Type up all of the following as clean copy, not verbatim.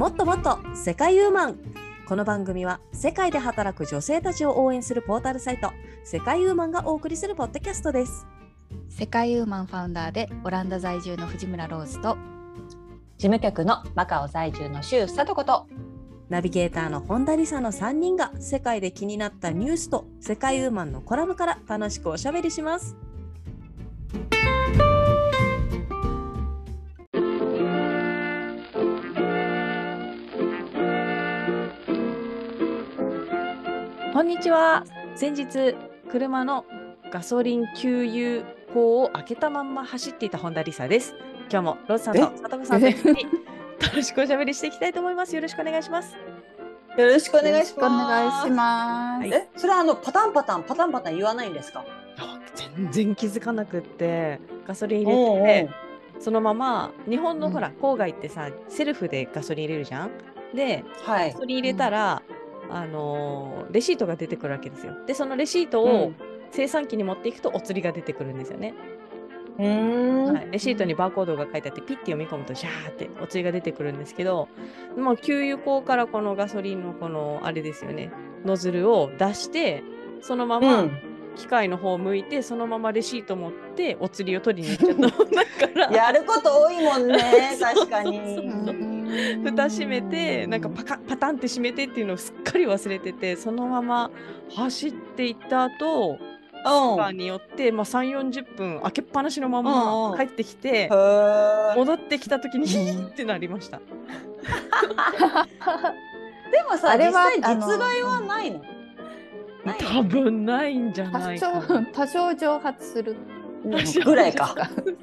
もっともっと世界ウーマン。この番組は世界で働く女性たちを応援するポータルサイト世界ウーマンがお送りするポッドキャストです。 世界ウーマンファウンダーでオランダ在住の藤村ローズと事務局のマカオ在住の周佐とことナビゲーターの本田理沙の3人が世界で気になったニュースと世界ウーマンのコラムから楽しくおしゃべりします。こんにちは。先日車のガソリン給油口を開けたまんま走っていた本田理沙です。今日もローズさんと佐藤さんと一緒に楽しくおしゃべりしていきたいと思います。よろしくお願いします。 よろしくお願いします。 お願いします。 はい、それはパタンパタン言わないんですか？ 全然気づかなくってガソリン入れてそのまま日本のほら、郊外ってさセルフでガソリン入れるじゃん。で、 はい、 ガソリン入れたら、レシートが出てくるわけですよ。でそのレシートを精算機に持っていくとお釣りが出てくるんですよね。はい、レシートにバーコードが書いてあってピッて読み込むとシャーってお釣りが出てくるんですけど、もう給油口からこのガソリンのこのあれですよね、ノズルを出してそのまま機械の方を向いてそのままレシート持ってお釣りを取りに行っちゃっただからやること多いもんね。確かに蓋閉めてなんかパタンって閉めてっていうのをすっかり忘れてて、そのまま走っていった後スーパーによって、3、40分開けっぱなしのまま帰ってきて、戻ってきた時にヒーってなりました。 でもさ、実際実害はないの？ 多分ないんじゃないかな。 多少蒸発するぐらいか。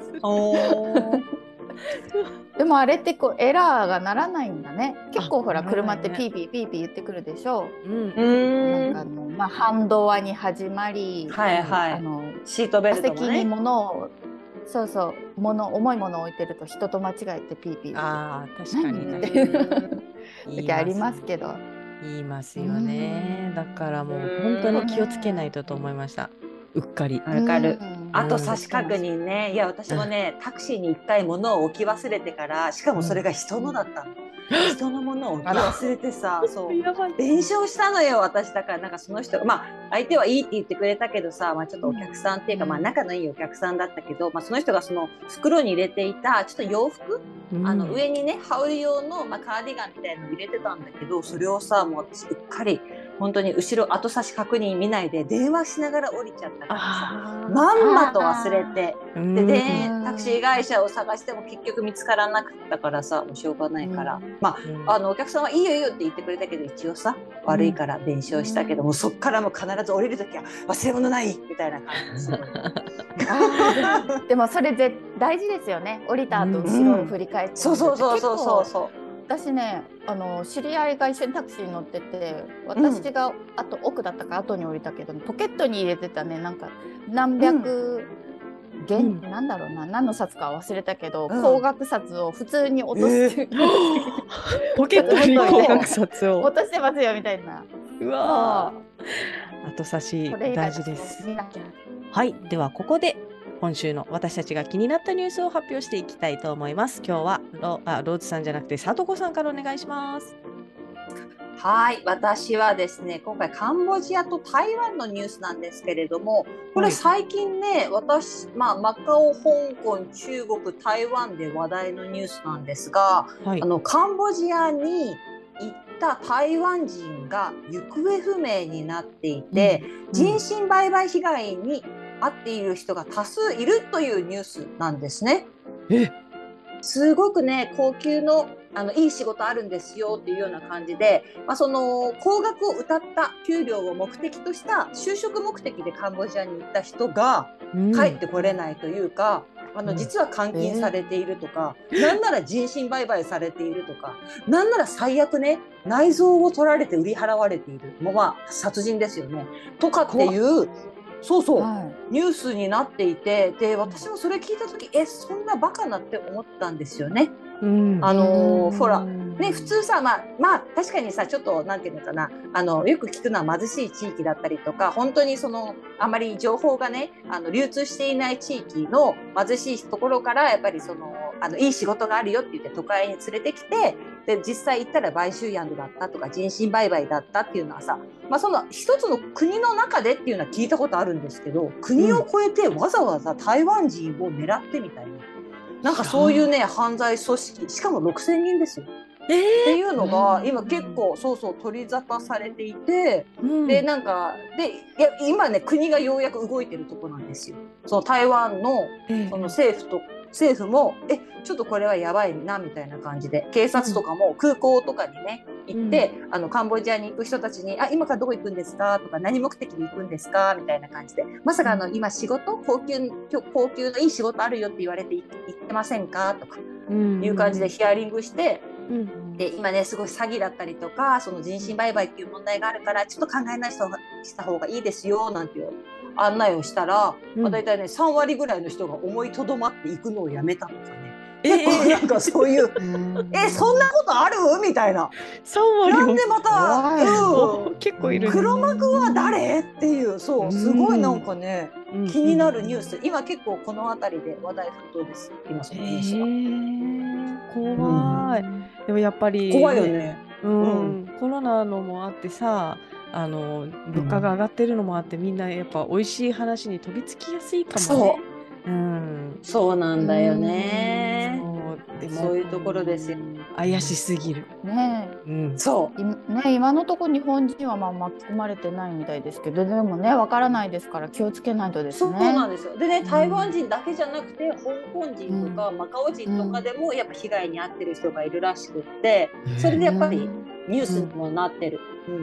でもあれってこうエラーがならないんだね。結構ほら車ってピーピーピーピー言ってくるでしょ。なんかハンドワに始まり、 シートベルトもね。 座席に物を重いものを置いてると人と間違えてピーピー。 確かにね。時ありますけど。 言いますよね。だからもう本当に気をつけないとと思いました。うっかり。 わかる。あと差し確認ね。いや私もね、タクシーに一回物を置き忘れてから、しかもそれが人のだったの。人のものを置き忘れてさ、弁償したのよ私。だからなんかその人相手はいいって言ってくれたけどさ、ちょっとお客さんっていうか、仲のいいお客さんだったけど、その人がその袋に入れていたちょっと洋服、上にね羽織る用の、カーディガンみたいなの入れてたんだけど、それをさもう私うっかり本当に後ろ後差し確認見ないで電話しながら降りちゃったからさ、まんまと忘れて、でタクシー会社を探しても結局見つからなかったからさ、もうしょうがないから、お客さんはいいよいいよって言ってくれたけど、一応さ悪いから弁償したけども、そっからも必ず降りるときは忘れ物ないみたいな感じですでもそれ大事ですよね。降りた後後ろを振り返って、 そう私ね、知り合いが一緒にタクシーに乗ってて、私が奥だったから後に降りたけど、ポケットに入れてたね、なんか何百元、なんだろうな、何の札か忘れたけど、高額札を普通に落としてポケットに高額札を落としてますよみたいな。 うわー、後差し大事です。はい、ではここで今週の私たちが気になったニュースを発表していきたいと思います。今日はローズさんじゃなくてさとこさんからお願いします。 はい、私はですね、今回カンボジアと台湾のニュースなんですけれども、これ最近ね、私、マカオ、香港、中国、台湾で話題のニュースなんですが、カンボジアに行った台湾人が行方不明になっていて、人身売買被害に遭っている人が多数いるというニュースなんですね。すごくね、高級のいい仕事あるんですよっていうような感じで、その高額を謳った給料を目的とした就職目的でカンボジアに行った人が帰ってこれないというか、実は監禁されているとか、なんなら人身売買されているとか、なんなら最悪ね、内臓を取られて売り払われている、殺人ですよねとかっていうニュースになっていて、で私もそれ聞いた時そんなバカなって思ったんですよね。 ほらね、普通さ、まあ確かにさ、ちょっとなんていうのかな、よく聞くのは貧しい地域だったりとか、本当にあまり情報がね、流通していない地域の貧しいところから、やっぱりいい仕事があるよって言って都会に連れてきて、で実際行ったら買収ヤングだったとか人身売買だったっていうのはさ、まあ、その一つの国の中でっていうのは聞いたことあるんですけど、国を越えてわざわざ台湾人を狙ってみたいな、なんかそういうね犯罪組織、しかも6000人ですよ。っていうのが今結構取り沙汰されていて、でなんかで今ね国がようやく動いてるとこなんですよ。その台湾のその政府もちょっとこれはやばいなみたいな感じで、警察とかも空港とかにね行って、カンボジアに行く人たちに今からどこ行くんですかとか、何目的で行くんですかみたいな感じで、まさか今仕事高級のいい仕事あるよって言われて行ってませんかとかいう感じでヒアリングして、で今ねすごい詐欺だったりとかその人身売買っていう問題があるから、ちょっと考え直した方がいいですよなんていう案内をしたら、まあ、大体ね3割ぐらいの人が思いとどまっていくのをやめたとかね、結構なんかそういうそんなことあるみたいな、なんでまた、 結構いる、 黒幕は誰っていう、すごいなんかね、気になるニュース、今結構この辺りで話題沸騰です、今そのニュースが。 怖い。でもやっぱり、 怖いよね。 コロナのもあってさ、物価が上がってるのもあって、みんなやっぱ美味しい話に飛びつきやすいかもね。 そうなんだよね。 でもそういうところですよ。 怪しすぎる。 ね、今のところ日本人は巻き込まれてないみたいですけど、でもねわからないですから気をつけないとですね。 そうなんですよ。でね、台湾人だけじゃなくて香港人とかマカオ人とかでもやっぱ被害に遭ってる人がいるらしくって、それでやっぱりニュースにもなってる。 そう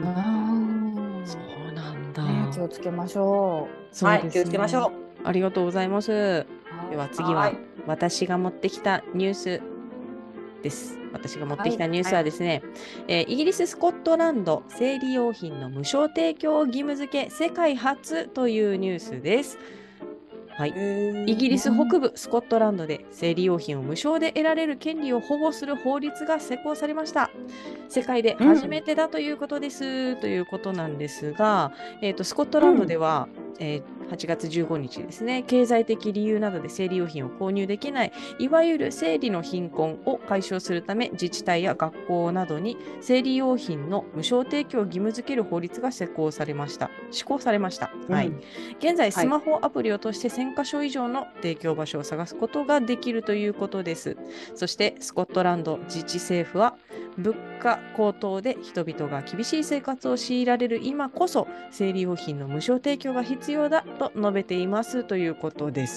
なんだ。 気をつけましょう。はい、気をつけましょう。 ありがとうございます。では次は私が持ってきたニュースです。私が持ってきたニュースはですね、イギリス・スコットランド生理用品の無償提供義務付け世界初というニュースです。はい、イギリス北部スコットランドで生理用品を無償で得られる権利を保護する法律が施行されました。世界で初めてだということです、ということなんですが、スコットランドでは、8月15日ですね、経済的理由などで生理用品を購入できない、いわゆる生理の貧困を解消するため、自治体や学校などに生理用品の無償提供を義務付ける法律が施行されました。はい、現在、スマホアプリを通して1000カ所以上の提供場所を探すことができるということです。そして、スコットランド自治政府は、物価高騰で人々が厳しい生活を強いられる今こそ生理用品の無償提供が必要だと述べていますということです。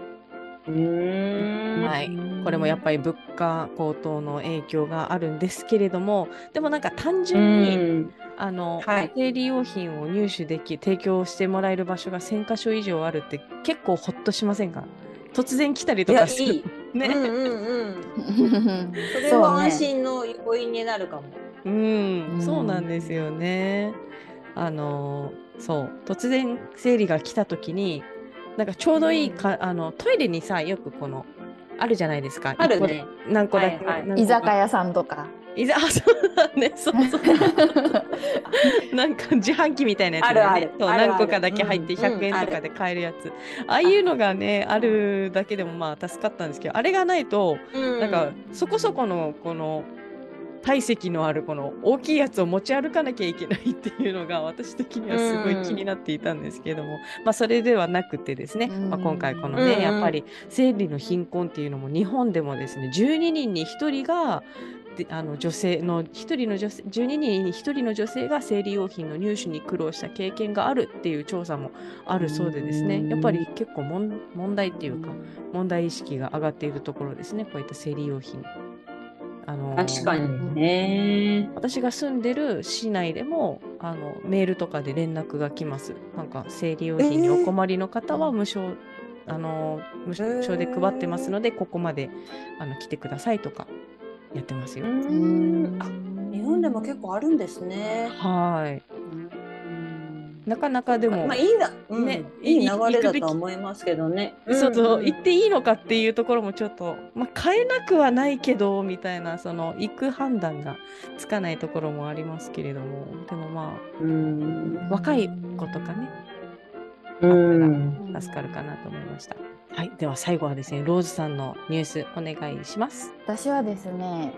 はい、これもやっぱり物価高騰の影響があるんですけれども、でもなんか単純に生理用品を入手でき提供してもらえる場所が1000カ所以上あるって結構ほっとしませんか？突然来たりとかするね。 それは安心の要因になるかも。 そうなんですよね。突然生理が来た時になんかちょうどいいか、トイレにさよくあるじゃないですか。 あるね。 何個だけ、 居酒屋さんとか。 そうだね。なんか自販機みたいなやつでね、何個かだけ入って100円とかで買えるやつ、ああいうのがねあるだけでもまあ助かったんですけど、あれがないとなんかそこそこのこの体積のあるこの大きいやつを持ち歩かなきゃいけないっていうのが私的にはすごい気になっていたんですけれども、それではなくてですね、今回このねやっぱり生理の貧困っていうのも日本でもですね12人に1人が女性の12人に1人の女性が生理用品の入手に苦労した経験があるっていう調査もあるそうでですね、やっぱり結構問題っていうか問題意識が上がっているところですね、こういった生理用品。 確かにね。 私が住んでる市内でもメールとかで連絡が来ます。なんか生理用品にお困りの方は無償で配ってますのでここまで来てくださいとかやってますよ。 日本でも結構あるんですね。 はい。 なかなかでも、 まあいいな、 ね、 いい流れだとは思いますけどね。 そうそう、行っていいのかっていうところもちょっと、まあ、変えなくはないけどみたいな、その行く判断がつかないところもありますけれども、でもまあ、若い子とかね、あったら助かるかなと思いました。はい、では最後はですね、ローズさんのニュースお願いします。 私はですね、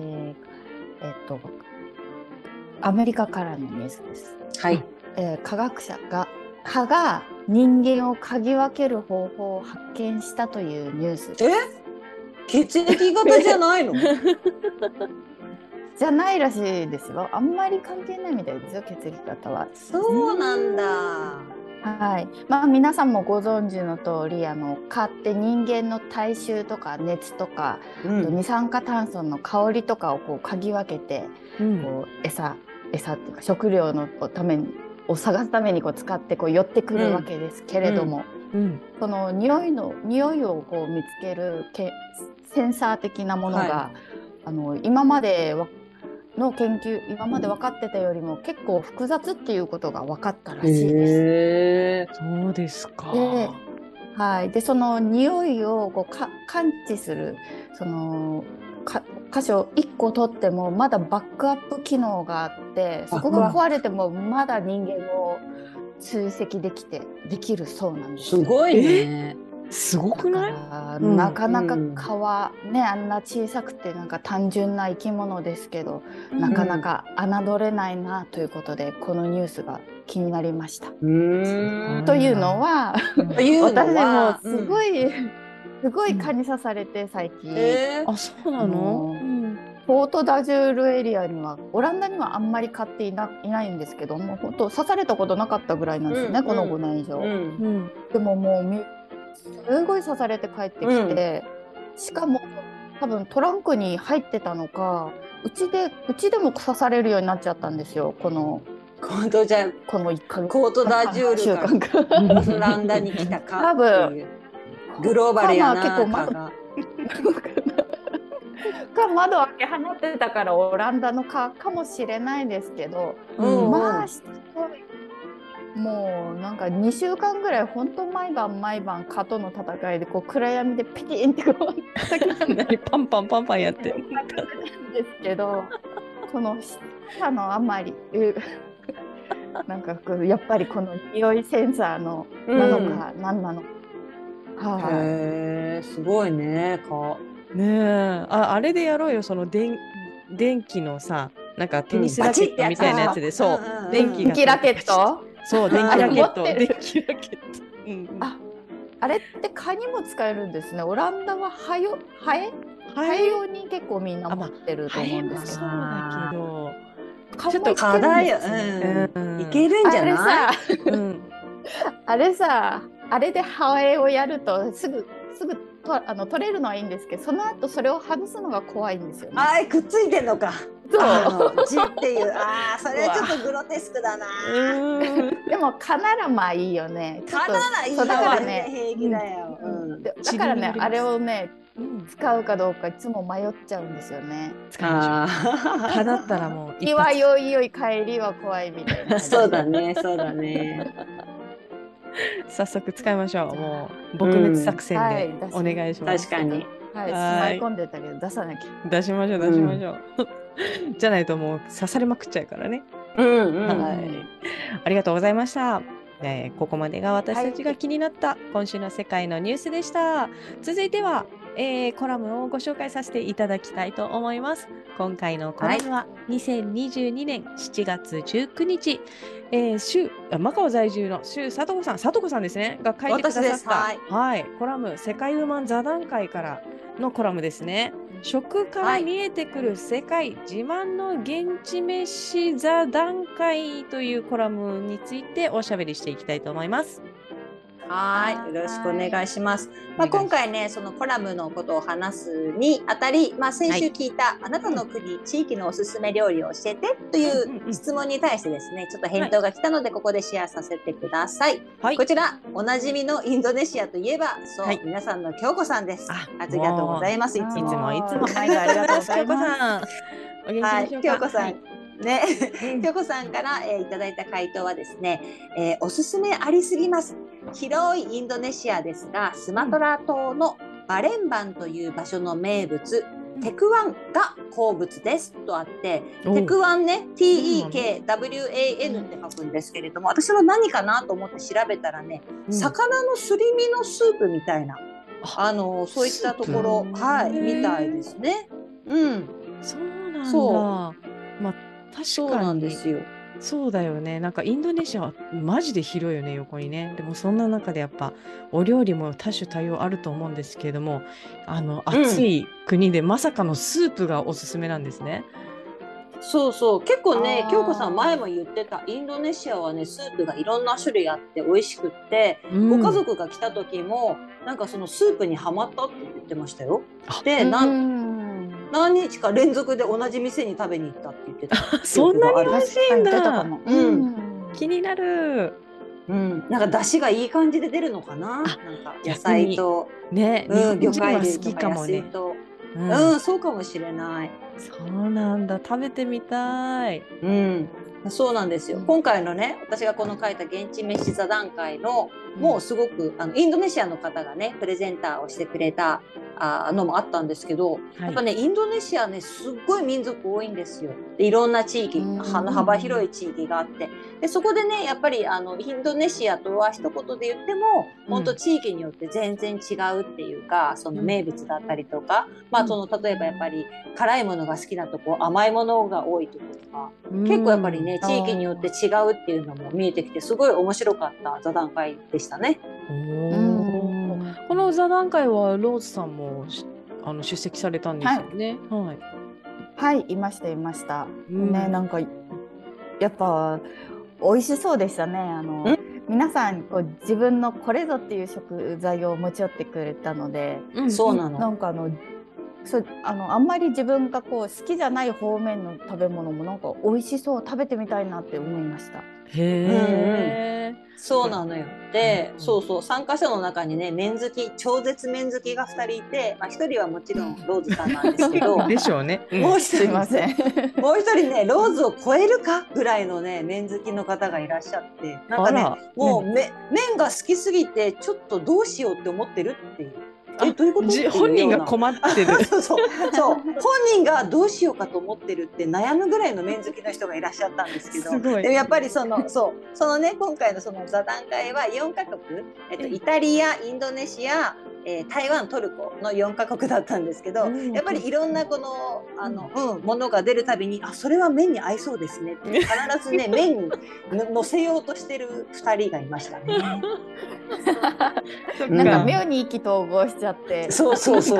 アメリカからのニュースです。 はい。 科学者が蚊が人間を嗅ぎ分ける方法を発見したというニュースです。 血液型じゃないの？ じゃないらしいですよ。あんまり関係ないみたいですよ、血液型は。 そうなんだ。 はい。まあ皆さんもご存知の通り、蚊って人間の体臭とか熱とか、二酸化炭素の香りとかをこう嗅ぎ分けて、こう餌っていうか食料のためにを探すためにこう使ってこう寄ってくるわけですけれども、その匂いをこう見つけるセンサー的なものが、今まで分かってたよりも結構複雑っていうことが分かったらしいです。 そうですか。 でその匂いをこう感知するその箇所1個取ってもまだバックアップ機能があって、そこが壊れてもまだ人間を追跡できるそうなんです。 すごいね。 すごくない？ なかなか蚊はね、あんな小さくてなんか単純な生き物ですけど、なかなか侮れないなということで、このニュースが気になりました。というのは私もすごい蚊に刺されて最近。 あ、そうなの？ ポートダジュールエリアには、オランダにはあんまり飼っていないんですけども、本当刺されたことなかったぐらいなんですね、この5年以上。でももうすごい刺されて帰ってきて、しかも多分トランクに入ってたのか、うちでも刺されるようになっちゃったんですよ。この1ヶ月、 コートダジュールがオランダに来たかっていうグローバルやな。結構窓開け放ってたからオランダの蚊かもしれないですけど、まあしつこい。もうなんか2週間ぐらい本当毎晩蚊との戦いでこう暗闇でピキンってこうパンパンやってですけど、このあまりなんかやっぱりこの匂いセンサーのなのか何なのか。 すごいね、蚊。 ねえ、あれでやろうよ、その電気のさ、なんかテニスラケットみたいなやつで、そう電気ラケット、 そう電気ラケット、 あれって蚊にも使えるんですね。オランダはハエ用に結構みんな持ってると思うんですけど。 そうだけど、 ちょっと蚊だよ。いけるんじゃない？ あれでハエをやるとすぐ取れるのはいいんですけど、その後それを外すのが怖いんですよね。 くっついてんのか。 そう字っていう、それはちょっとグロテスクだな。 でも蚊ならまあいいよね。 蚊ならいいよ、 だからね、 平気だよ。 だからね、あれをね使うかどうかいつも迷っちゃうんですよね。 蚊だったらもう日はよい帰りは怖いみたいな。 そうだね。 早速使いましょう。もう撲滅作戦でお願いします。 確かに。しまい込んでたけど出さなきゃ。 出しましょう。じゃないともう刺されまくっちゃうからね。ありがとうございました。ここまでが私たちが気になった今週の世界のニュースでした。続いては、コラムをご紹介させていただきたいと思います。今回のコラムは2022年7月19日、マカオ在住の周さとこさんですねが書いてくださった、コラム世界ウーマン座談会からのコラムですね。食から見えてくる世界、自慢の現地飯座談会というコラムについておしゃべりしていきたいと思います。 よろしくお願いします。今回ね、そのコラムのことを話すにあたり、先週聞いた、あなたの国、地域のおすすめ料理を教えてという質問に対してですね、ちょっと返答が来たので、ここでシェアさせてください。こちら、おなじみのインドネシアといえば、皆さんの京子さんです。ありがとうございます。いつも。 ありがとうございます。 京子さん。 京子さん。 ね、 うん京子さんから、いただいた回答はですね、おすすめありすぎます。広いインドネシアですが、スマトラ島のバレンバンという場所の名物、テクワンが好物ですとあって、テクワンね、TEKWAN って書くんですけれども、私は何かなと思って調べたらね、魚のすり身のスープみたいな、そういったところ、はい、みたいですね。 そうなんだ。 そうまあ確そうかになんですよ。 そうだよね。なんかインドネシアはマジで広いよね、横にね。でもそんな中でやっぱお料理も多種多様あると思うんですけれども、暑い国でまさかのスープがおすすめなんですね。 そうそう、結構ね、 あー京子さん前も言ってた、インドネシアはね、スープがいろんな種類あって美味しくって、ご家族が来た時も、なんかそのスープにはまったって言ってましたよ。で、何日か連続で同じ店に食べに行ったって言ってた。 そんなに美味しいんだ。気になる。 なんか出汁がいい感じで出るのかな。なんか野菜とね、 魚介類好きかもね。 そうかもしれない。 そうなんだ。食べてみたい。 そうなんですよ。今回のね、私がこの書いた現地飯座談会の、もうすごくインドネシアの方がねプレゼンターをしてくれたのもあったんですけど、やっぱねインドネシアねすっごい民族多いんですよ。でいろんな地域、幅広い地域があって、でそこでねやっぱりインドネシアとは一言で言っても本当地域によって全然違うっていうか、その名物だったりとか、その例えばやっぱり辛いものが好きなとこ、甘いものが多いとことか、結構やっぱりね地域によって違うっていうのも見えてきて、すごい面白かった座談会でしたね。 この座談会はローズさんも出席されたんですよね。 はい、いましたいました。ね、なんかやっぱ美味しそうでしたね。皆さんこう自分のこれぞっていう食材を持ち寄ってくれたので、 そうなの。 なんかあんまり自分がこう好きじゃない方面の食べ物もなんか美味しそう、食べてみたいなって思いました。 そうなのよ。で、そう参加者の中にね超絶麺好きが2人いて、1人はもちろんローズさんなんですけどでしょうね。 もう一人すいませんもう一人ねローズを超えるかぐらいのね麺好きの方がいらっしゃって、なんかねもう麺が好きすぎてちょっとどうしようって思ってるっていう。どういうこと？ 本人が困ってるそう本人がどうしようかと思ってるって悩むぐらいの麺好きの人がいらっしゃったんですけど、でもやっぱりそのね今回のその座談会は4カ国、イタリア、インドネシア、台湾、トルコの4カ国だったんですけど、やっぱりいろんなこのものが出るたびに、それは麺に合いそうですねって必ずね麺に乗せようとしてる2人がいましたね。 なんか妙に意気投合しちゃって、 そう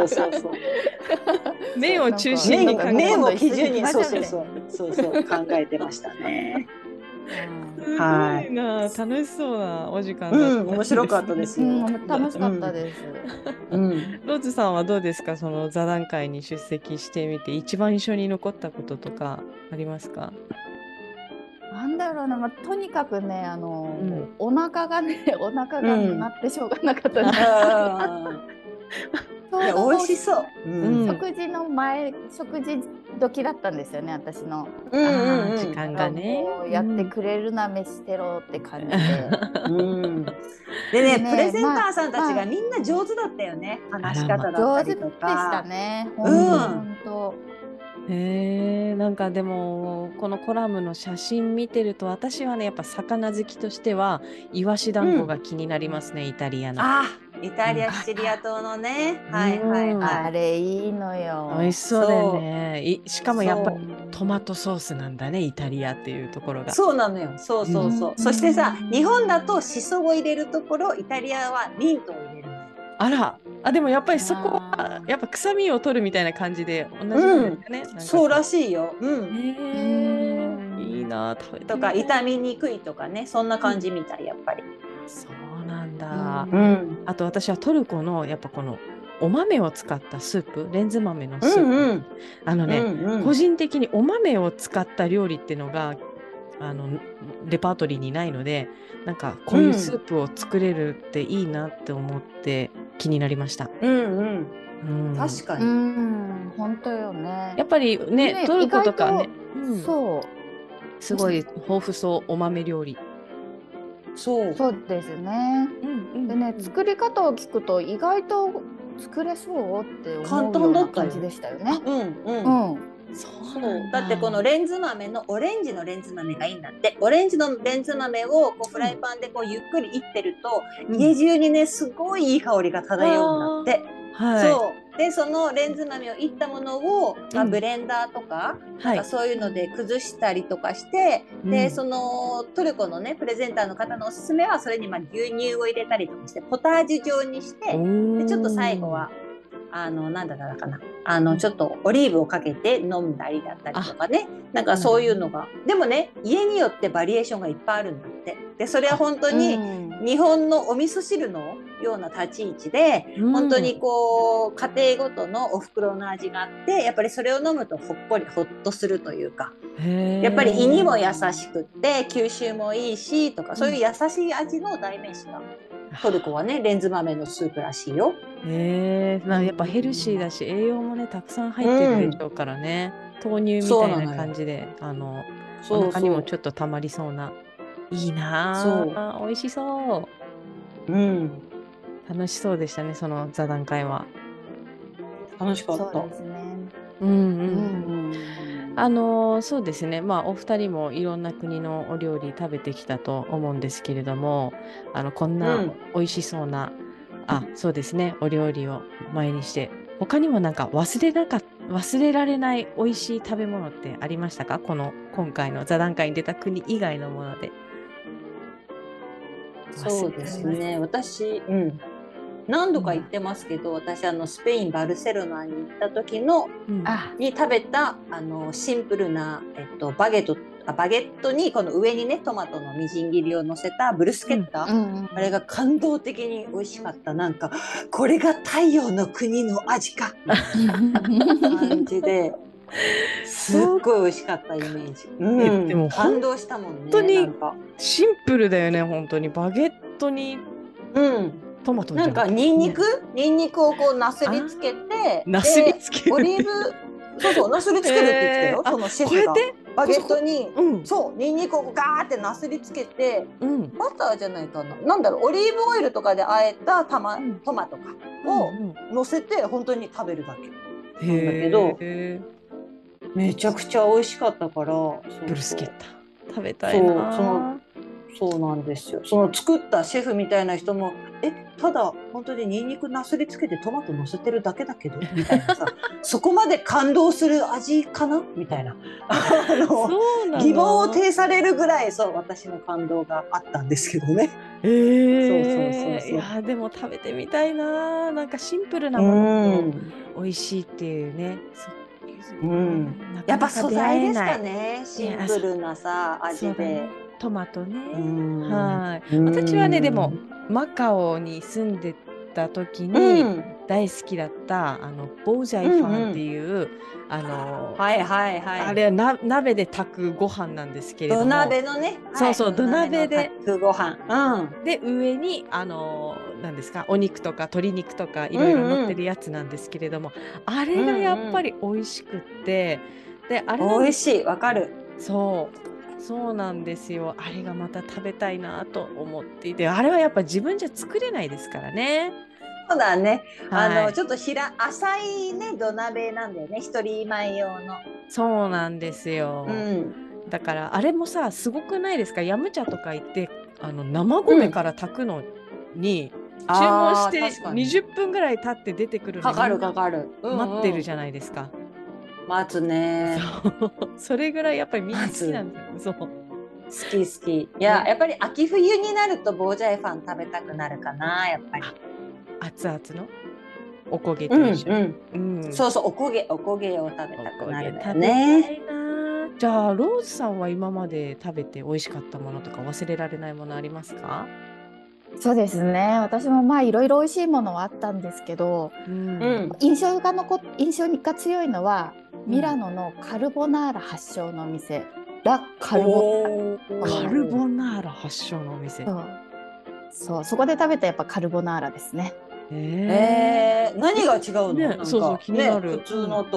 麺を中心に麺を基準にそう考えてましたね。 すごいな、楽しそうなお時間だった。 面白かったですよ。 楽しかったです。 ローズさんはどうですか、その座談会に出席してみて一番印象に残ったこととかありますか？ なんだろうな、とにかくねお腹が鳴ってしょうがなかったです。 いや美味しそう。 食事時だったんですよね、私の。 時間がね。 やってくれるな、飯テロって感じで。 でね、プレゼンターさんたちがみんな上手だったよね、話し方だったりとか。 上手でしたね。本当。 なんかでもこのコラムの写真見てると、私はねやっぱ魚好きとしてはイワシ団子が気になりますね、イタリアの。 イタリアシチリア島のね、 あれいいのよ。 美味しそうだよね。しかもやっぱりトマトソースなんだね、イタリアっていうところが。 そうなのよ。そう。そしてさ、日本だとシソを入れるところ、イタリアはミントを入れる。 でもやっぱりそこはやっぱ臭みを取るみたいな感じで同じなんですよね。 そうらしいよ。 いいな、食べてとか傷みにくいとかね、そんな感じみたい、やっぱり。 そうなんだ。あと私はトルコのやっぱこのお豆を使ったスープ、レンズ豆のスープ、個人的にお豆を使った料理っていうのがレパートリーにないので、なんかこういうスープを作れるっていいなって思って気になりました。 確かに。 本当よね。 やっぱりね、トルコとかね。 そう。 すごい豊富そう、お豆料理。 そうそうですね。でね、作り方を聞くと意外と作れそうって思うような感じでしたよね。 そうだってこのレンズ豆のオレンジのレンズ豆がいいんだって。オレンジのレンズ豆をこうフライパンでこうゆっくりいってると、家中にねすごいいい香りが漂うんだって。そうでそのレンズ豆をいったものを、ブレンダーとか、なんかそういうので崩したりとかして、でそのトルコのねプレゼンターの方のおすすめはそれに牛乳を入れたりとかしてポタージュ状にして、でちょっと最後はなんだったかな、ちょっとオリーブをかけて飲んだりだったりとかね、なんかそういうのが、でもね家によってバリエーションがいっぱいあるんだって。でそれは本当に日本のお味噌汁のような立ち位置で、本当にこう家庭ごとのお袋の味があって、やっぱりそれを飲むとほっとするというか、やっぱり胃にも優しくって吸収もいいしとか、そういう優しい味の代名詞が、トルコはねレンズ豆のスープらしいよ。 やっぱヘルシーだし、栄養もねたくさん入ってるでしょうからね、豆乳みたいな感じでお腹にもちょっとたまりそうな。いいなあ、美味しそう。楽しそうでしたね、その座談会は。 楽しかった。 そうですね。 そうですね、お二人もいろんな国のお料理食べてきたと思うんですけれども、こんな美味しそうな、そうですね、お料理を前にして、他にもなんか忘れられない美味しい食べ物ってありましたか？今回の座談会に出た国以外のもので。 そうですね、私、何度か行ってますけど、私スペイン・バルセロナに行った時の、に食べたシンプルな、バゲットにこの上にねトマトのみじん切りを乗せたブルスケッタ、あれが感動的に美味しかった。なんかこれが太陽の国の味かみたいな感じですっごい美味しかったイメージ。でも感動したもんね。 本当にシンプルだよね。本当にバゲットにトマトじゃん。 なんかニンニクをこうなすりつけて、 なすりつける、 オリーブそうなすりつけるって言ってたよ、そのシェフが。バゲットにそうニンニクをガーってなすりつけて、バターじゃないかな、なんだろう、オリーブオイルとかで和えたトマトかを乗せて本当に食べるだけなんだけど、めちゃくちゃ美味しかったから。 ブルスケッタ食べたいな。 そうなんですよ。その作ったシェフみたいな人もただ本当にニンニクなすりつけてトマト乗せてるだけだけどみたいなさそこまで感動する味かなみたいな疑問を呈されるぐらい、私の感動があったんですけどね。 いやでも食べてみたいな。なんかシンプルなものも美味しいっていうね。 やっぱ素材ですかね、シンプルなさ味で。 トマトね。私はねでもマカオに住んでた時に大好きだったボージャイファンっていうあれは鍋で炊くご飯なんですけれども、 土鍋のね、 そう土鍋で炊くご飯、 で上に何ですか、お肉とか鶏肉とかいろいろ乗ってるやつなんですけれども、あれがやっぱり美味しくって、であれ美味しい、わかる。 そうなんですよ。あれがまた食べたいなと思っていて、あれはやっぱ自分じゃ作れないですからね。 そうだね。ちょっと浅いね土鍋なんだよね、一人前用の。 そうなんですよ。だからあれもさすごくないですか？ヤムチャとか行って生米から炊くのに、注文して20分ぐらい経って出てくるのにかかる待ってるじゃないですか。 待つね。 それぐらいやっぱりみんな好きなんですよ。 好き。いや、やっぱり秋冬になるとボージャイファン食べたくなるかな、やっぱり。 熱々のおこげと一緒に。 そうおこげを食べたくなるんだよね。 じゃあローズさんは今まで食べて美味しかったものとか忘れられないものありますか？ そうですね、私もいろいろ美味しいものはあったんですけど、印象が強いのはミラノのカルボナーラ発祥のお店、ラ・カルボナーラ発祥のお店。 そこで食べたやっぱカルボナーラですね。 何が違うの？ そう気になる。 普通のと。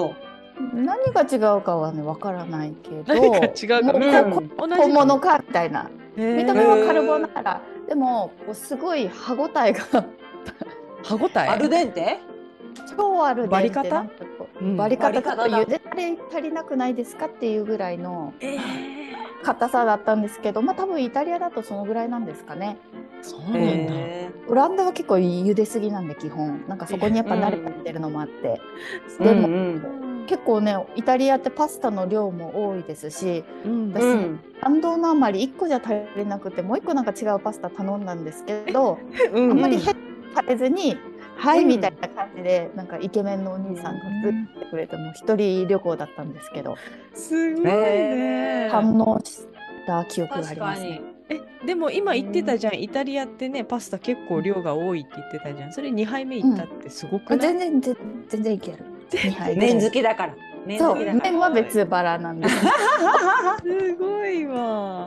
何が違うかはねわからないけど、 何が違うか、 本物かみたいな。見た目はカルボナーラ、 へでもこうすごい歯ごたえが歯ごたえアルデンテ？ 超あるバリ方？ バリ方だとバリ方だ茹でたれ足りなくないですかっていうぐらいの硬さだったんですけど、まあ多分イタリアだとそのぐらいなんですかね。 そうなんだ。 オランダは結構茹ですぎなんで基本なんかそこにやっぱ慣れてるのもあって、でも、結構ねイタリアってパスタの量も多いですし、私感動のあまり1個じゃ足りなくてもう1個なんか違うパスタ頼んだんですけど、あんまり変されずにはいみたいな感じでなんかイケメンのお兄さんがずっと来てくれて、もう一人旅行だったんですけど、 すごいね。 堪能した記憶がありますね。 でも今言ってたじゃん、イタリアってねパスタ結構量が多いって言ってたじゃん。それ2杯目いったってすごくない？ 全然いける。2杯麺好きだから。 そう、麺は別腹なんです。 すごいわ。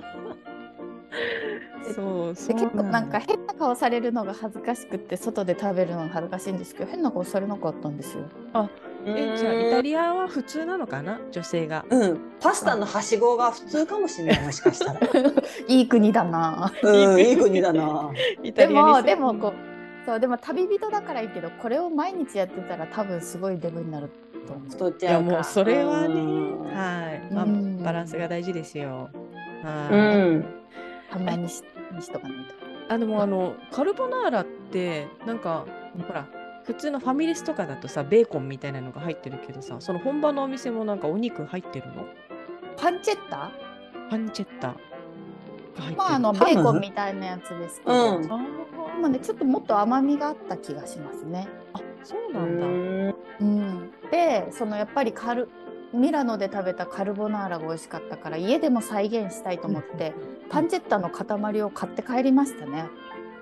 そう結構なんか変な顔されるのが恥ずかしくって外で食べるのが恥ずかしいんですけど、変な顔されなかったんですよ。 じゃあイタリアは普通なのかな、女性が。 パスタのはしごが普通かもしれない、もしかしたら。 いい国だな。 いい国だな。 でもこうそう、でも旅人だからいいけど、これを毎日やってたら多分すごいデブになると思う。 太っちゃうか。 いやもうそれはね、はい、バランスが大事ですよ。 たまにしとかないと。 でもカルボナーラってなんかほら普通のファミレスとかだとさベーコンみたいなのが入ってるけどさ、その本場のお店もなんかお肉入ってるの？ パンチェッタ？ パンチェッタが入ってる。 まあベーコンみたいなやつですけど、でもねちょっともっと甘みがあった気がしますね。 あ、そうなんだ。 でそのやっぱりミラノで食べたカルボナーラが美味しかったから家でも再現したいと思って、パンチェッタの塊を買って帰りましたね。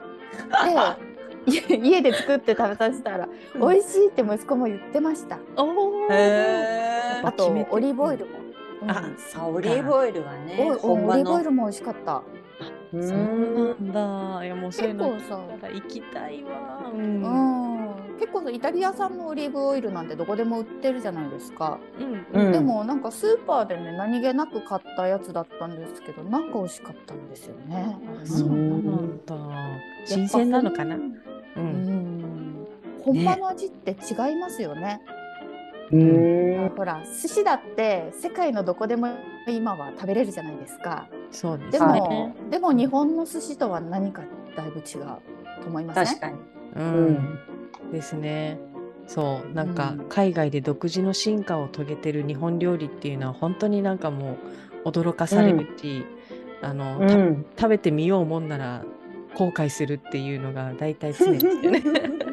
で家で作って食べさせたら美味しいって息子も言ってました。あとオリーブオイルも。 オリーブオイルはね、 オリーブオイルも美味しかった。 そうなんだ。いやもうそういうの行きたいわ。 結構イタリア産のオリーブオイルなんてどこでも売ってるじゃないですか。でもなんかスーパーでね何気なく買ったやつだったんですけど、なんか美味しかったんですよね。 そうなんだ。新鮮なのかな。 本場の味って違いますよね。ほら寿司だって世界のどこでも今は食べれるじゃないですか。 そうですね。 でも日本の寿司とは何かだいぶ違うと思いますね。 確かに。 ですね。そうなんか海外で独自の進化を遂げてる日本料理っていうのは本当になんかもう驚かされるし、食べてみようもんなら後悔するっていうのが大体常ですよね。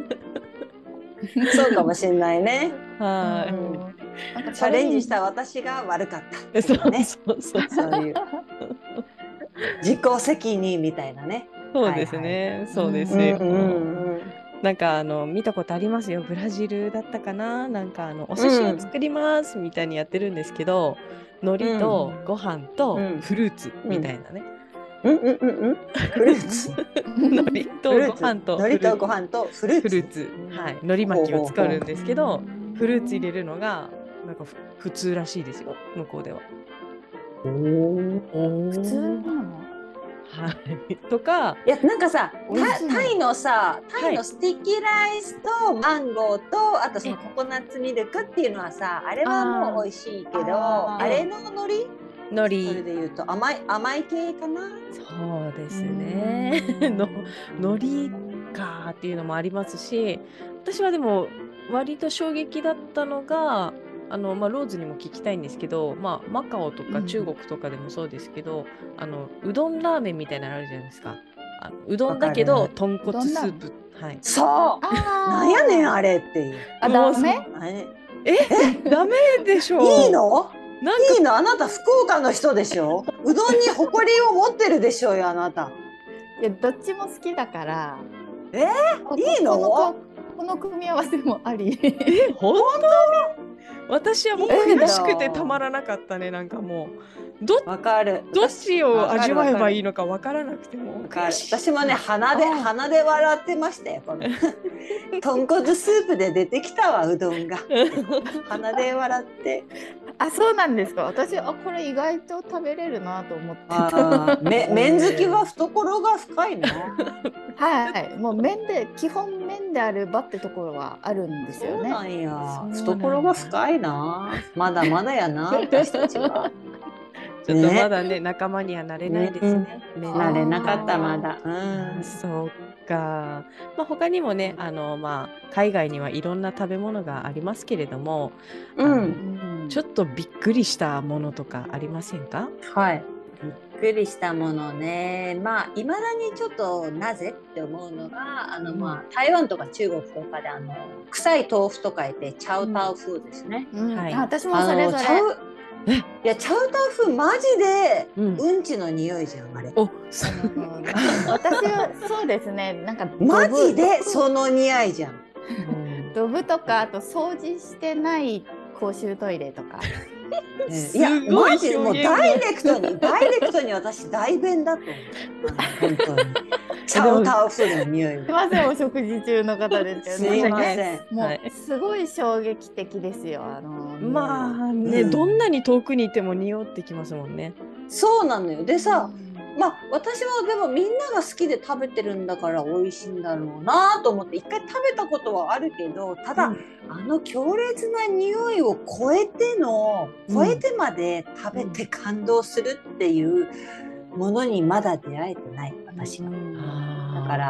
そうかもしれないね。 なんかチャレンジした私が悪かったっていうね。そういう自己責任みたいなね。 そうですね。そうですよ。なんか見たことありますよ。ブラジルだったかな。なんかお寿司を作りますみたいにやってるんですけど、海苔とご飯とフルーツみたいなね。 フルーツ。 海苔とご飯とフルーツ。はい。海苔巻きを作るんですけど、フルーツ入れるのがなんか普通らしいですよ。向こうでは。 普通なの？ はい。とか、 いやなんかさ、タイのスティッキライスとマンゴーとあとそのココナッツミルクっていうのはさ、あれはもう美味しいけど、あれの海苔それで言うと甘い系かな。 そうですね。海苔かっていうのもありますし、私はでも割と衝撃だったのがローズにも聞きたいんですけど、マカオとか中国とかでもそうですけど、うどんラーメンみたいなのあるじゃないですか。うどんだけど豚骨スープ。はい。 そう。なんやねんあれっていう。 ダメ？ ダメでしょ。 いいの？いいの？あなた福岡の人でしょ。うどんに誇りを持ってるでしょうよあなた。 いやどっちも好きだから。 いいの？ この組み合わせもあり。 本当に？ 私はもう悔しくてたまらなかったね。なんかもうわかる。 どっちを味わえばいいのかわからなくても私もね、鼻で笑ってましたよ。この豚骨スープで出てきたわ、うどんが。鼻で笑って。 あ、そうなんですか。私これ意外と食べれるなと思ってた。 麺好きは懐が深いな。 はい、もう基本麺であればってところはあるんですよね。 そうなんや。懐が深いな。まだまだやな、私たちは。 ちょっとまだね、仲間にはなれないですね。 なれなかった、まだ。 そうか。まあ、他にもね、海外にはいろんな食べ物がありますけれども、ちょっとびっくりしたものとかありませんか？ はい。びっくりしたものね。まあ、いまだにちょっとなぜって思うのが、台湾とか中国とかで臭い豆腐と書いてチャウタオ風ですね。 私もそれ。 いや、チャウタオ風マジでうんちの匂いじゃん、あれ。 私はそうですね。なんかマジでその匂いじゃん。 ドブとか、あと掃除してない公衆トイレとか。 いや、マジもうダイレクトに私代弁だと思う。本当に。チャウタオ風の匂い。 すみません、お食事中の方ですよね。 すいません。 もうすごい衝撃的ですよ。 まあね、どんなに遠くにいても匂ってきますもんね。 そうなのよ。でさ、私はでもみんなが好きで食べてるんだから美味しいんだろうなと思って一回食べたことはあるけど、ただ、強烈な匂いを超えてまで食べて感動するっていうものにまだ出会えてない、私は。だから、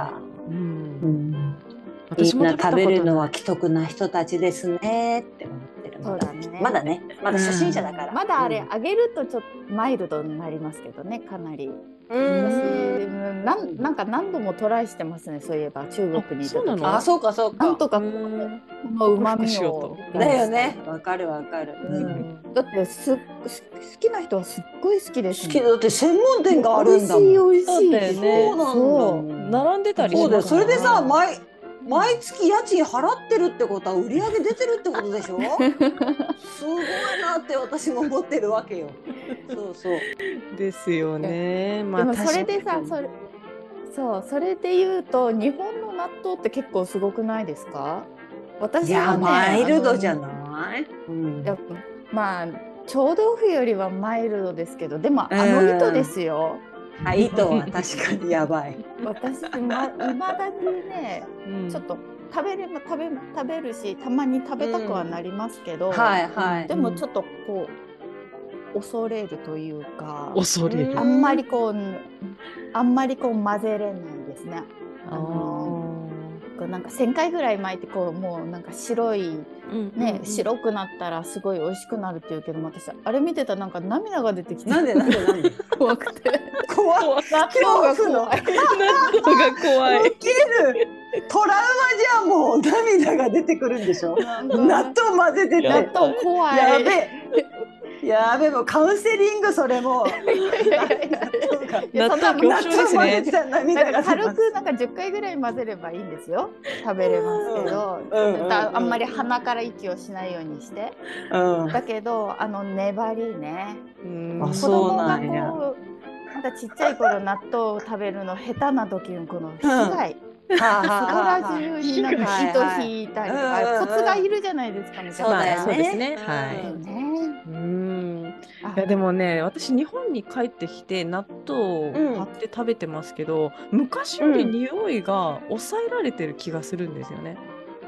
みんな食べるのは奇特な人たちですねって思ってる。まだね、まだ初心者だから。 まだあれ、揚げるとちょっとマイルドになりますけどね、かなり。私なんか何度もトライしてますね、そういえば中国にいた時。 あ、そうか。 なんとかこの旨味を。 だよね。わかる。 だって好きな人はすっごい好きですね。 だって専門店があるんだもん。 美味しいですね。 そう並んでたりします。 それでさ、毎月家賃払ってるってことは売り上げ出てるってことでしょ。すごいなって私も思ってるわけよ。そうですよね。 でもそれでさ、それで言うと日本の納豆って結構すごくないですか？私はね、 マイルドじゃない？ まあ臭豆腐よりはマイルドですけど、でも糸ですよ。 糸は確かにやばい。 私いまだにね、ちょっと食べるし、たまに食べたくはなりますけど、でもちょっとこう恐れるというか、あんまりこう混ぜれないですね。なんか1000回ぐらい巻いてもうなんか白くなったらすごい美味しくなるっていうけども、私あれ見てたらなんか涙が出てきて。 なんで怖くて。 怖い。 納豆が怖い。 ウケる。トラウマじゃん、もう涙が出てくるんでしょ。納豆混ぜてて。 納豆怖い。 やべもうカウンセリングそれも。 納豆恐怖症ですね。 軽くなんか10回ぐらい混ぜればいいんですよ。食べれますけど、あんまり鼻から息をしないようにして。だけど粘りね。子供がこうまだちっちゃい頃納豆を食べるの下手な時のこの被害。そこら中になんか糸引いたりとかコツがいるじゃないですかね。 そうだよね。 そうですね。いやでもね、私日本に帰ってきて納豆を買って食べてますけど、昔より匂いが抑えられてる気がするんですよね。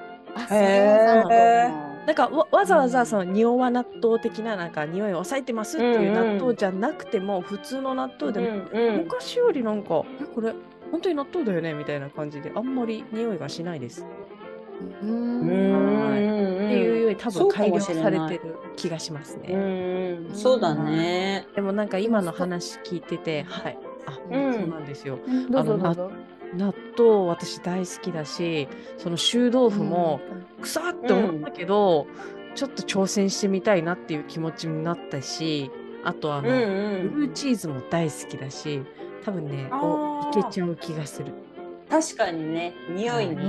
なんかわざわざその匂わ納豆的ななんか匂いを抑えてますっていう納豆じゃなくても、普通の納豆でも昔よりなんかこれ本当に納豆だよねみたいな感じであんまり匂いがしないです。っていうより多分改良されてる気がしますね。 そうだね。 でもなんか今の話聞いてて、そうなんですよ。 どうぞ。 納豆私大好きだし、その臭豆腐も臭って思ったけど、ちょっと挑戦してみたいなっていう気持ちになったし、あとブルーチーズも大好きだし、多分ねいけちゃう気がする。 確かにね、匂いに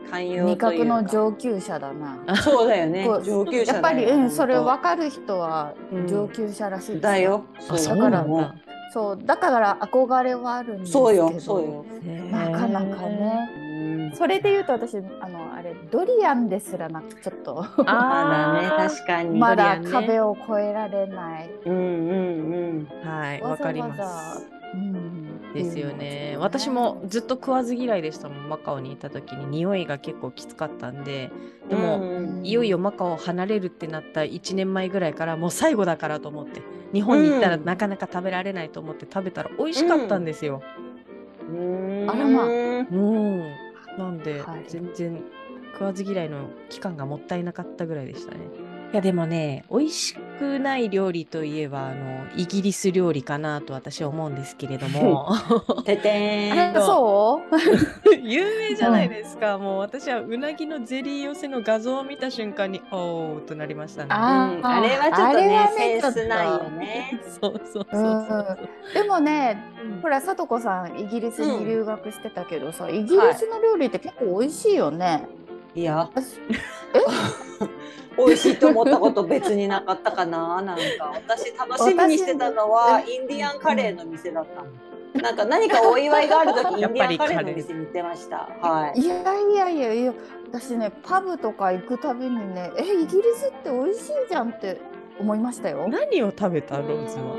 寛容味覚というか。 の上級者だな。 そうだよね。 こう上級者やっぱり、 だよそれ本分かる人は上級者らしいですよ。 だよ。 あ、そうだからなんだ。 そうだから憧れはあるんですけど、 そうよ、そうよ。 なかなかね。 うんそれで言うと私あれドリアンですらちょっとまだね、確かに。 まだドリアンね壁を越えられない。 うんうんはい、 わざわかりまわざす。ですよっていうのはちょっね。 と私もずっと食わず嫌いでしたもん、マカオにいた時に。匂いが結構きつかったんで。でも、いよいよマカオを離れるってなった1年前ぐらいから、もう最後だからと思って、日本に行ったらなかなか食べられないと思って食べたら美味しかったんですよ。 あらまあなんで、 はい全然食わず嫌いの期間がもったいなかったぐらいでしたね。いやでもね、美味しくない料理といえばイギリス料理かなと私は思うんですけれどもててーん。 そう有名じゃないですか。もう私はうなぎのゼリー寄せの画像を見た瞬間におーとなりましたね。 あれはちょっとね、 あれはセンちょっとスないよね。 そうそうそうそう。 でもね、 うんほら、さとこさんイギリスに留学してたけどさ、イギリはいスの料理って結構美味しいよね。 いや、 え美味しいと思ったこと別になかったかな。なんか私楽しみにしてたのはインディアンカレーの店だったの。なんか何かお祝いがあるときインディアンカレーの店に行ってました。はい。 いや私ねパブとか行くたびにねイギリスって美味しいじゃんって思いましたよ。 何を食べたローズは。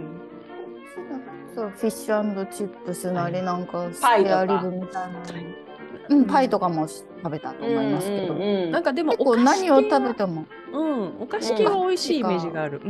そうフィッシュ&チップスなりなんかスパイとかペアリブみたいなパイとかも食べたと思いますけど、 なんかでも結構何を食べてもお菓子系は美味しいイメージがある。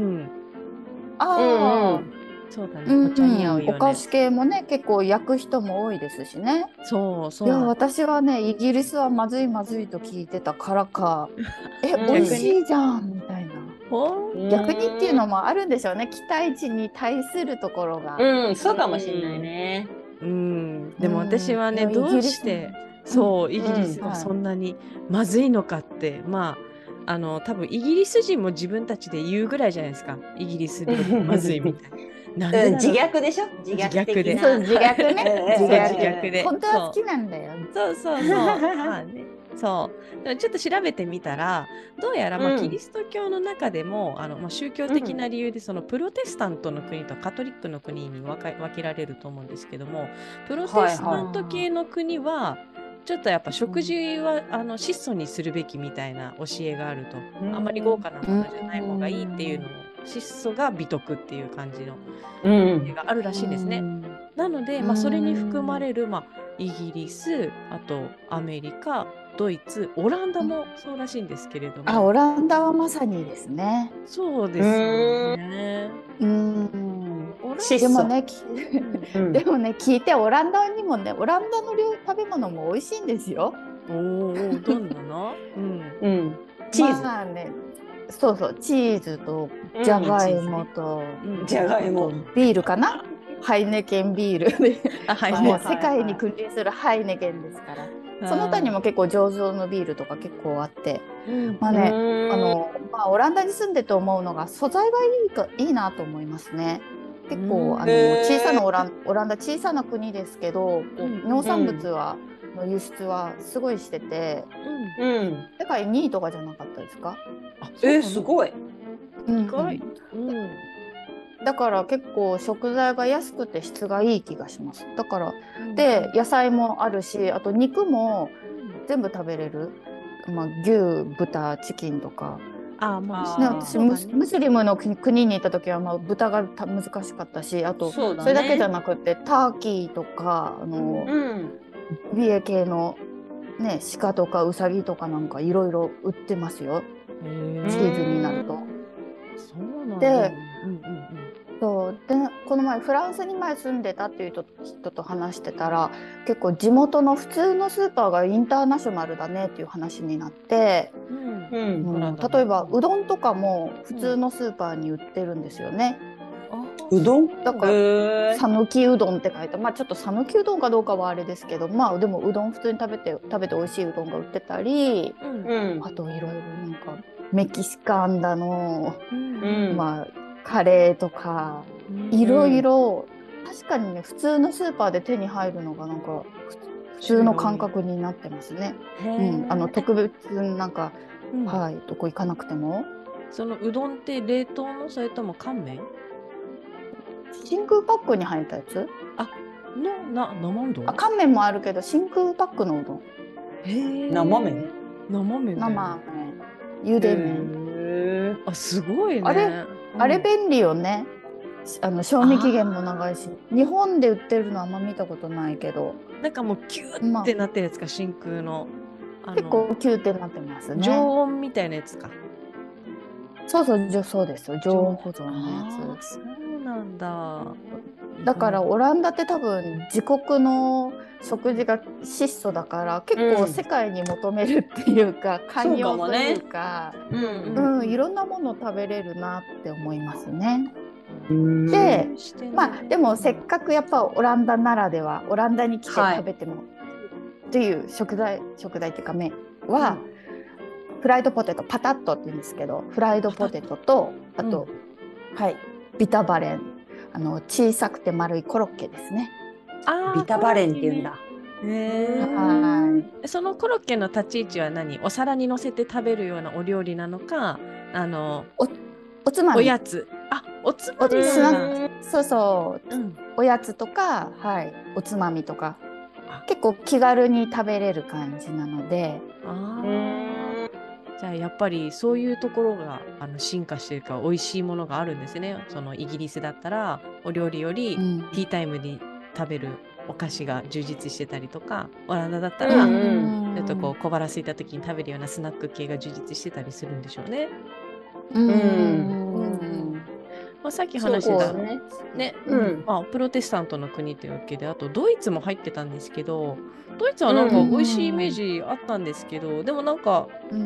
そうだね。お茶に合うよね。 お菓子系もね結構焼く人も多いですしね。 そうそう。 いや私はねイギリスはまずいまずいと聞いてたからか美味しいじゃんみたいな。逆にっていうのもあるんでしょうね。期待値に対するところが。 そうかもしれないね。 でも私はね、どうしてイギリスがそんなにまずいのかって、多分イギリス人も自分たちで言うぐらいじゃないですか。イギリスでまずいみたいな。 自虐でしょ。自虐的な。 そう自虐ね。自虐で。 本当は好きなんだよ。 そう。まあね。そう。でもちょっと調べてみたら、どうやらキリスト教の中でも宗教的な理由でそのプロテスタントの国とカトリックの国に分けられると思うんですけども、プロテスタント系の国はちょっとやっぱ食事は質素にするべきみたいな教えがあると、あんまり豪華なものじゃない方がいいっていうのを、質素が美徳っていう感じの教えがあるらしいんですね。なので、それに含まれる、イギリス、あとアメリカ、ドイツ、オランダもそうらしいんですけれども。 オランダはまさにですね。 そうですよね。 でもね、聞いてオランダにもね、オランダの食べ物も美味しいんですよ。 どんなの？ チーズ。 そうチーズとじゃがいもとビールかな。ハイネケンビールでもう世界に君臨するハイネケンですから、その他にも結構醸造のビールとか結構あって、オランダに住んでて思うのが素材がいいなと思いますね。結構小さなオランダ小さな国ですけど、農産物の輸出はすごいしてて、世界2位とかじゃなかったですか？ すごい。 意外。 だから結構食材が安くて質がいい気がします。だからで野菜もあるし、あと肉も全部食べれる。牛、豚、チキンとか。私ムスリムの国にいた時は豚が難しかったし、あとそれだけじゃなくてターキーとか美瑛系のね鹿とかウサギとかなんかいろいろ売ってますよ。チーズになると。でこの前フランスに住んでたっていう人と話してたら、結構地元の普通のスーパーがインターナショナルだねっていう話になって、例えばうどんとかも普通のスーパーに売ってるんですよね。 うどんだから讃岐うどんって書いて、ちょっと讃岐うどんかどうかはあれですけど、でもうどん普通に食べて美味しいうどんが売ってたり、あといろいろなんかメキシカンだの、カレーとかいろいろ確かにね普通のスーパーで手に入るのがなんか普通の感覚になってますね。特別なんか、はい、どこ行かなくても。 そのうどんって冷凍の、それとも乾麺？ 真空パックに入ったやつ？ 生うどん？ 乾麺もあるけど真空パックのうどん。 生麺？ 生麺。 茹で麺。 すごいね。 あれ便利よね。賞味期限も長いし、日本で売ってるのあんま見たことないけど。 なんかもうキューってなってるやつか、真空の。 結構キューってなってますね。 常温みたいなやつか。 そうですよ。常温保存のやつ。 そうなんだ。 だからオランダって多分自国の食事が質素だから結構世界に求めるっていうか、寛容というか、いろんなものを食べれるなって思いますね。で、でもせっかくやっぱオランダならでは、オランダに来て食べてもっていう食材っていうか麺は、フライドポテト、パタットって言うんですけど、フライドポテトとあと、ビタバレン、小さくて丸いコロッケですね。 ビタバレンって言うんだ。 そのコロッケの立ち位置は何？お皿に乗せて食べるようなお料理なのか、 おつまみ、 おやつ。おつまみおやつとか、おつまみとか結構気軽に食べれる感じなので。 じゃあやっぱりそういうところが進化してるから美味しいものがあるんですね。そのイギリスだったらお料理よりティータイムに食べるお菓子が充実してたりとか、オランダだったらちょっとこう小腹空いた時に食べるようなスナック系が充実してたりするんでしょうね。さっき話したね、プロテスタントの国というわけで、あとドイツも入ってたんですけど、ドイツはなんか美味しいイメージあったんですけど、でもなんか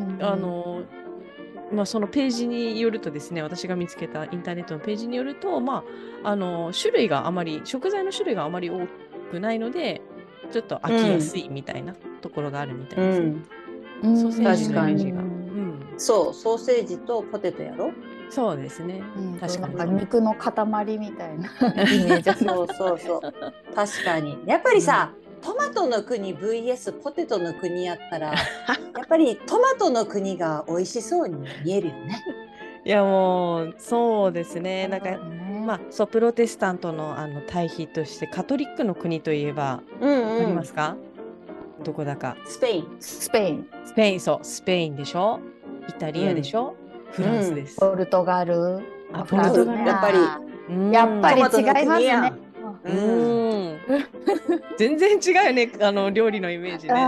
そのページによるとですね、私が見つけたインターネットのページによると、種類があまり、食材の種類があまり多くないので、ちょっと飽きやすいみたいなところがあるみたいです。ソーセージのイメージが。 そう、ソーセージとポテトやろ。 そうですね。確かに。 肉の塊みたいなイメージ。 そう。確かに。やっぱりさ、トマトの国 vs ポテトの国やったらやっぱりトマトの国が美味しそうに見えるよね。 いやもうそうですね。なんかプロテスタントの対比としてカトリックの国といえばありますか？どこだか。 スペイン。 そう、スペインでしょ。イタリアでしょ。フランスです。 ポルトガル。 やっぱり違いますね。 全然違うよね、料理のイメージね。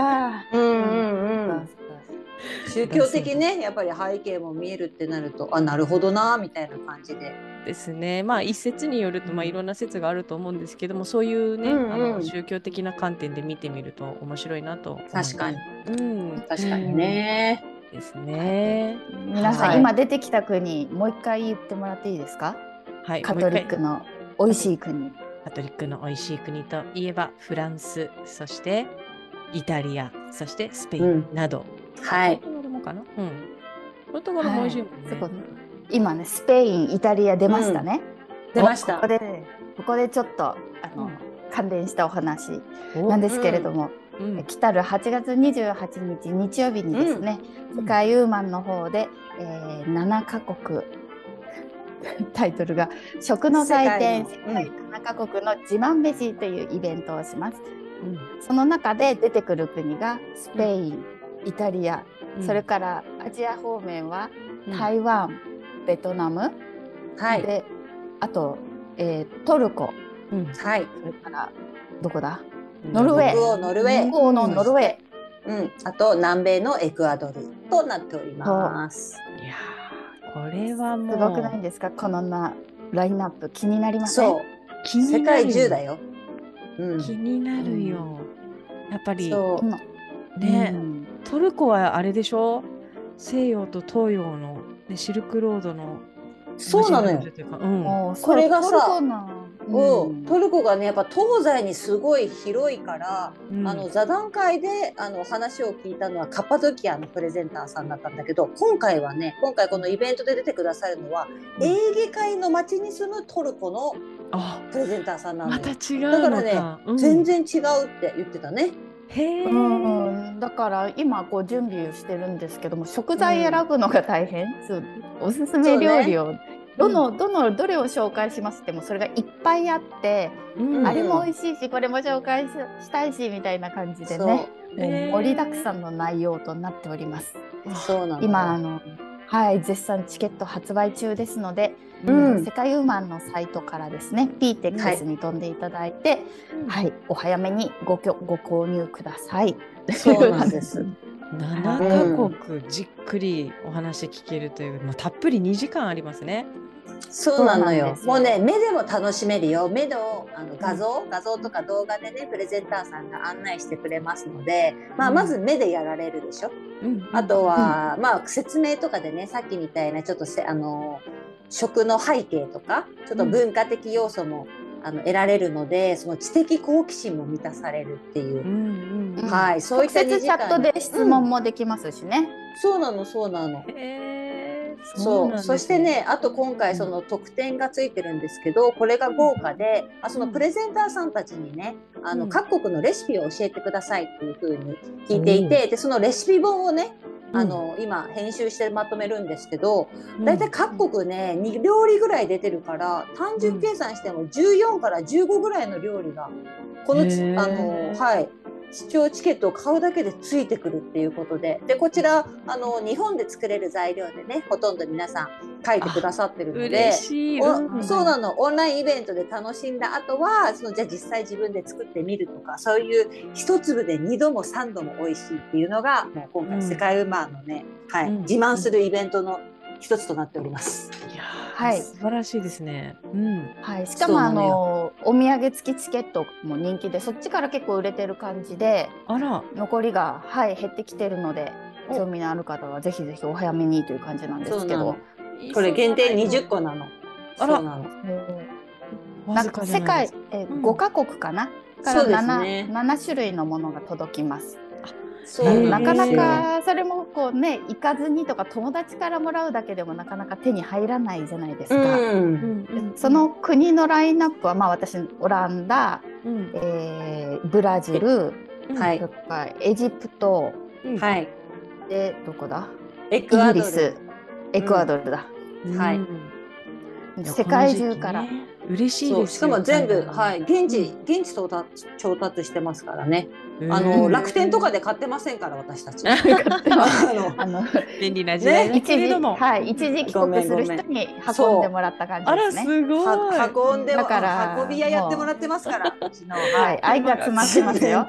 宗教的ね、やっぱり背景も見えるってなると、なるほどなみたいな感じで。 ですね。一説によると、いろんな説があると思うんですけども、そういうね、宗教的な観点で見てみると面白いなと思います。 確かにね。 ですね。 皆さん、今出てきた国、もう一回言ってもらっていいですか？カトリックの美味しい国。 カトリックの美味しい国といえばフランス、そしてイタリア、そしてスペインなど。ポルトガルもかな？ポルトガルも美味しいもんね。 今ね、スペイン、イタリア出ましたね。 出ました。 ここでちょっと関連したお話なんですけれども、来たる8月28日日曜日にですね、世界ウーマンの方で、7カ国タイトルが食の祭典世界7カ国の自慢飯というイベントをします。その中で出てくる国がスペイン、イタリア、それからアジア方面は台湾、ベトナム、であと、トルコ、それからどこだ？ノルウェー、 あと南米のエクアドルとなっております。 いやこれはもうすごくないですか？このラインナップ気になりますね。 そう、世界中だよ。 気になるよ。やっぱりね、トルコはあれでしょ？西洋と東洋のシルクロードの。 そうなのよ。これがさ、トルコがね、やっぱ東西にすごい広いから、座談会で話を聞いたのはカッパドキアのプレゼンターさんだったんだけど、今回このイベントで出てくださるのは、エーゲ海の町に住むトルコのプレゼンターさんなのよ。 また違うのか。 だからね、全然違うって言ってたね。 へえ。 だから今こう準備をしてるんですけども、食材選ぶのが大変。そうおすすめ料理をどれを紹介しますってもそれがいっぱいあって、あれも美味しいしこれも紹介したいしみたいな感じでね、もう盛りだくさんの内容となっております。 そうなの。 今絶賛チケット発売中ですので、世界ウーマンのサイトからですね PTEX に飛んでいただいて、お早めにご購入ください。 そうなんです。 7カ国じっくりお話聞けるという、たっぷり2時間ありますね。 そうなのよ。もうね、目でも楽しめるよ。目の画像とか動画でね、プレゼンターさんが案内してくれますので、まず目でやられるでしょ。あとは、説明とかでね、さっきみたいなちょっと食の背景とか、ちょっと文化的要素も得られるので、その知的好奇心も満たされるっていう。そういった直接チャットで質問もできますしね。 そうなの。そしてね、あと今回その特典がついてるんですけど、これが豪華で、そのプレゼンターさんたちにね、各国のレシピを教えてくださいっていう風に聞いていて、でそのレシピ本をね、今編集してまとめるんですけど、だいたい各国ね2料理ぐらい出てるから、単純計算しても14から15ぐらいの料理がこの視聴チケットを買うだけでついてくるっていうことで、こちら日本で作れる材料でね、ほとんど皆さん書いてくださってるので、そうなの。オンラインイベントで楽しんだ後はじゃあ実際自分で作ってみるとか、そういう一粒で2度も3度も美味しいっていうのがもう今回世界ウーマンのね、自慢するイベントの一つとなっております。 素晴らしいですね。 しかもお土産付きチケットも人気で、そっちから結構売れてる感じで、残りが減ってきてるので、興味のある方はぜひぜひお早めにという感じなんですけど、 これ限定20個なの。 世界5カ国かなから 7種類のものが届きます。なかなかそれもこうね、行かずにとか友達からもらうだけでもなかなか手に入らないじゃないですか。その国のラインナップは私オランダ、ブラジル、エジプト、でどこだ、イギリス、エクアドルだ。世界中から嬉しいですよ。 しかも全部現地調達してますからね。楽天とかで買ってませんから、私たち。 便利な時代だけれども、 一時帰国する人に運んでもらった感じですね。 すごい。 運んで運び屋やってもらってますから、うちの愛が詰まってますよ。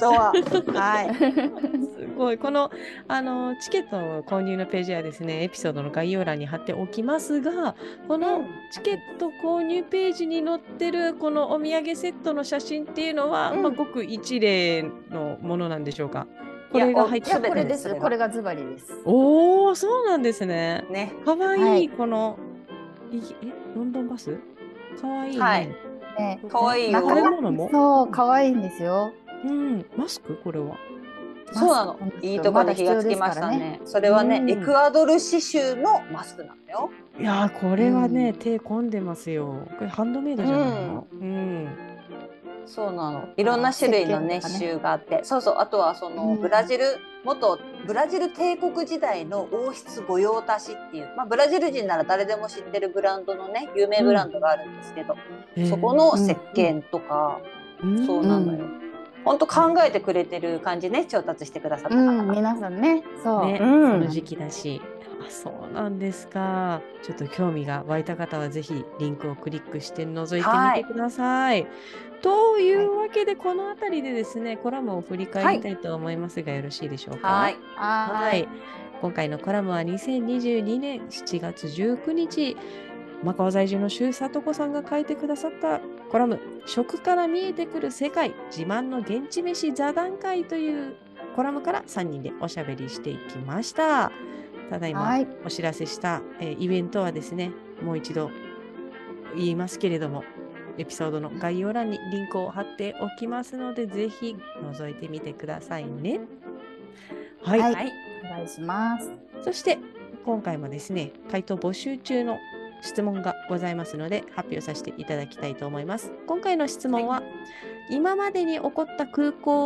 すごい。このチケットの購入のページはですね、エピソードの概要欄に貼っておきますが、このチケット購入ページに載ってるこのお土産セットの写真っていうのは、ごく一例のものなんでしょうか。これが入ってこれです。これがズバリです。 おお、そうなんですね。かわいい、このロンドンバス。かわいいね。 かわいいよ。 食べ物も。 そう、かわいいんですよ。 マスクこれは。 そうなの。いいところで気がつきましたね。それはね、エクアドル刺繍のマスクなんだよ。 いやこれはね、手込んでますよ。これハンドメイドじゃないの？ そうなの。いろんな種類のね刺繍があって、あとはその元ブラジル帝国時代の王室御用達っていう、ブラジル人なら誰でも知ってるブランドのね、有名ブランドがあるんですけど、そこの石鹸とか、そうなのよ。本当考えてくれてる感じね、調達してくださった方が、 皆さんね、その時期だし。そうなんですか。ちょっと興味が湧いた方はぜひリンクをクリックして覗いてみてください。というわけで、この辺りでですね、コラムを振り返りたいと思いますが、よろしいでしょうか。今回のコラムは2022年7月19日、マカオ在住の周里子さんが書いてくださったコラム、食から見えてくる世界、自慢の現地飯座談会というコラムから3人でおしゃべりしていきました。ただいまお知らせした、イベントはですね、もう一度言いますけれども、エピソードの概要欄にリンクを貼っておきますので、ぜひ覗いてみてくださいね。 お願いします。 そして今回もですね、回答募集中の質問がございますので発表させていただきたいと思います。今回の質問は、今までに起こった空港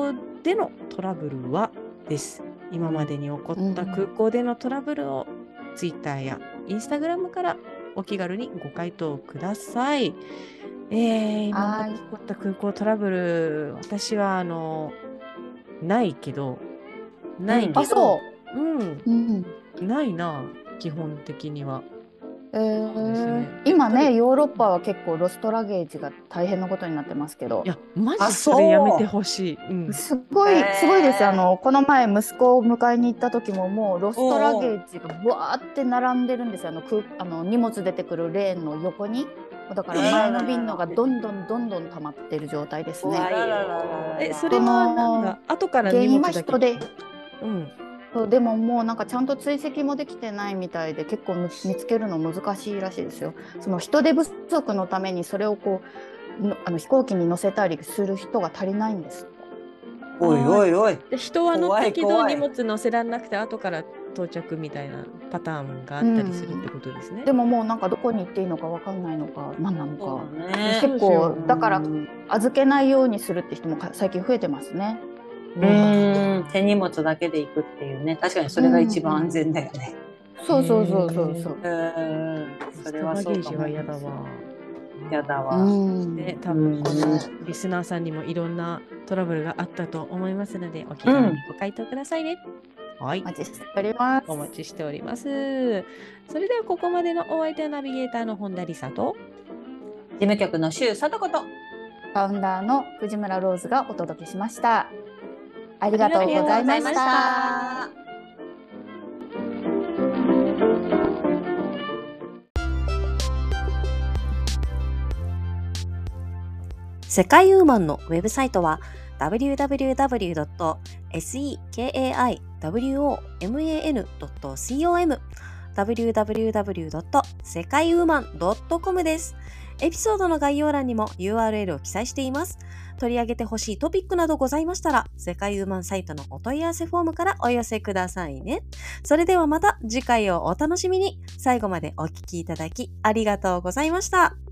でのトラブルはです。今までに起こった空港でのトラブルを Twitter や Instagram からお気軽にご回答ください。今まで起こった空港トラブル、私はないけど、 あ、そないな、基本的には。 今ね、ヨーロッパは結構ロストラゲージが大変なことになってますけど。 いや、マジそれやめてほしい。 すごいですよ。この前息子を迎えに行った時ももうロストラゲージがブワーって並んでるんですよ。荷物出てくるレーンの横に。だから前の便のがどんどん溜まってる状態ですね。 それはなんだ、後から荷物だけ。 原因は人で。でももうなんかちゃんと追跡もできてないみたいで結構見つけるの難しいらしいですよ。その人手不足のためにそれをこう飛行機に乗せたりする人が足りないんです。 おい。 人は乗ったけど荷物乗せられなくて後から到着みたいなパターンがあったりするってことですね。 でももうなんかどこに行っていいのか分かんないのか何なのか、結構だから預けないようにするって人も最近増えてますね。 手荷物だけで行くっていうね。確かにそれが一番安全だよね。 そう。 それはそうかも。 嫌だわ。 嫌だわ。 で、多分このリスナーさんにもいろんなトラブルがあったと思いますので、お気軽にご回答くださいね。はい。 お待ちしております。 お待ちしております。それではここまでのお相手はナビゲーターの本田理沙と事務局の周聡子とファウンダーの藤村ローズがお届けしました。ありがとうございました。 世界ウーマンのウェブサイトは www.sekaiwoman.com www.sekaiwoman.com です。エピソードの概要欄にも URL を記載しています。取り上げてほしいトピックなどございましたら、世界ウーマンサイトのお問い合わせフォームからお寄せくださいね。それではまた次回をお楽しみに。最後までお聞きいただきありがとうございました。